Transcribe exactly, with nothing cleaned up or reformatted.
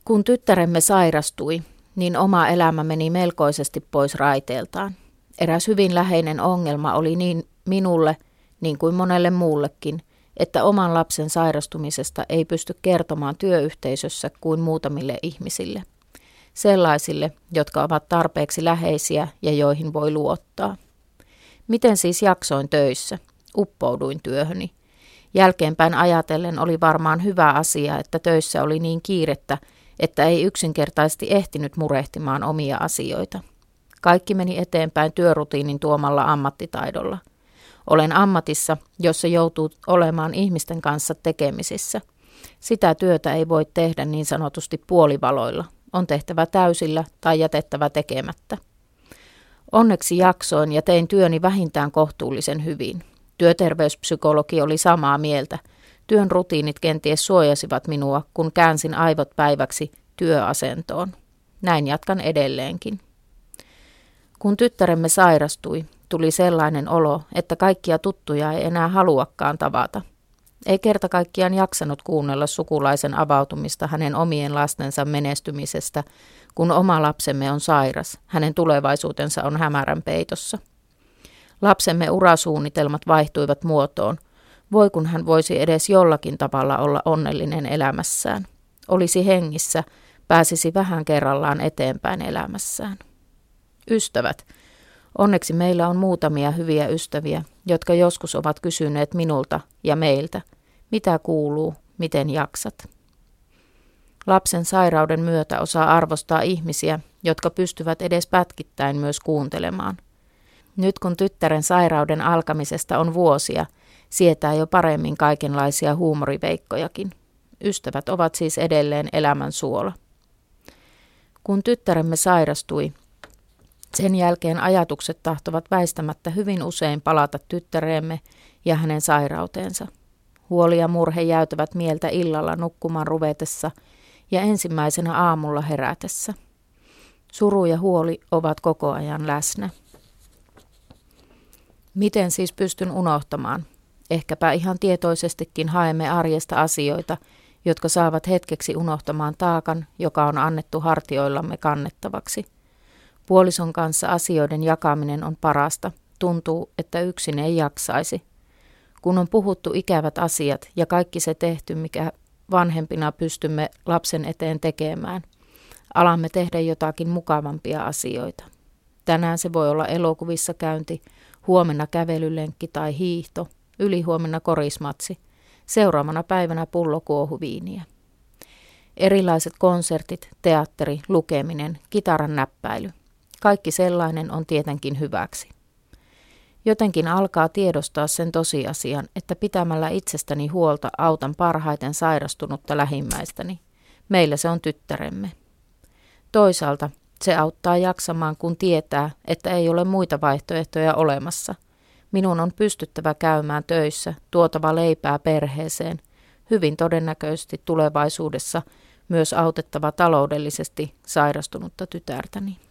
Kun tyttäremme sairastui, niin oma elämä meni melkoisesti pois raiteeltaan. Eräs hyvin läheinen ongelma oli niin minulle, niin kuin monelle muullekin, että oman lapsen sairastumisesta ei pysty kertomaan työyhteisössä kuin muutamille ihmisille. Sellaisille, jotka ovat tarpeeksi läheisiä ja joihin voi luottaa. Miten siis jaksoin töissä? Uppouduin työhöni. Jälkeenpäin ajatellen oli varmaan hyvä asia, että töissä oli niin kiirettä, että ei yksinkertaisesti ehtinyt murehtimaan omia asioita. Kaikki meni eteenpäin työrutiinin tuomalla ammattitaidolla. Olen ammatissa, jossa joutuu olemaan ihmisten kanssa tekemisissä. Sitä työtä ei voi tehdä niin sanotusti puolivaloilla. On tehtävä täysillä tai jätettävä tekemättä. Onneksi jaksoin ja tein työni vähintään kohtuullisen hyvin. Työterveyspsykologi oli samaa mieltä. Työn rutiinit kenties suojasivat minua, kun käänsin aivot päiväksi työasentoon. Näin jatkan edelleenkin. Kun tyttäremme sairastui, tuli sellainen olo, että kaikkia tuttuja ei enää haluakaan tavata. Ei kerta kaikkiaan jaksanut kuunnella sukulaisen avautumista hänen omien lastensa menestymisestä, kun oma lapsemme on sairas, hänen tulevaisuutensa on hämärän peitossa. Lapsemme urasuunnitelmat vaihtuivat muotoon. Voi kun hän voisi edes jollakin tavalla olla onnellinen elämässään. Olisi hengissä, pääsisi vähän kerrallaan eteenpäin elämässään. Ystävät. Onneksi meillä on muutamia hyviä ystäviä, jotka joskus ovat kysyneet minulta ja meiltä, mitä kuuluu, miten jaksat. Lapsen sairauden myötä osaa arvostaa ihmisiä, jotka pystyvät edes pätkittäin myös kuuntelemaan. Nyt kun tyttären sairauden alkamisesta on vuosia, sietää jo paremmin kaikenlaisia huumoriveikkojakin. Ystävät ovat siis edelleen elämän suola. Kun tyttäremme sairastui, sen jälkeen ajatukset tahtovat väistämättä hyvin usein palata tyttäreemme ja hänen sairauteensa. Huoli ja murhe jäytävät mieltä illalla nukkumaan ruvetessa ja ensimmäisenä aamulla herätessä. Suru ja huoli ovat koko ajan läsnä. Miten siis pystyn unohtamaan? Ehkäpä ihan tietoisestikin haemme arjesta asioita, jotka saavat hetkeksi unohtamaan taakan, joka on annettu hartioillamme kannettavaksi. Puolison kanssa asioiden jakaminen on parasta. Tuntuu, että yksin ei jaksaisi. Kun on puhuttu ikävät asiat ja kaikki se tehty, mikä vanhempina pystymme lapsen eteen tekemään, alamme tehdä jotakin mukavampia asioita. Tänään se voi olla elokuvissa käynti, huomenna kävelylenkki tai hiihto, ylihuomenna korismatsi, seuraavana päivänä pullo kuohuviiniä. Erilaiset konsertit, teatteri, lukeminen, kitaran näppäily. Kaikki sellainen on tietenkin hyväksi. Jotenkin alkaa tiedostaa sen tosiasian, että pitämällä itsestäni huolta autan parhaiten sairastunutta lähimmäistäni. Meillä se on tyttäremme. Toisaalta se auttaa jaksamaan, kun tietää, että ei ole muita vaihtoehtoja olemassa. Minun on pystyttävä käymään töissä, tuotava leipää perheeseen, hyvin todennäköisesti tulevaisuudessa myös autettava taloudellisesti sairastunutta tytärtäni.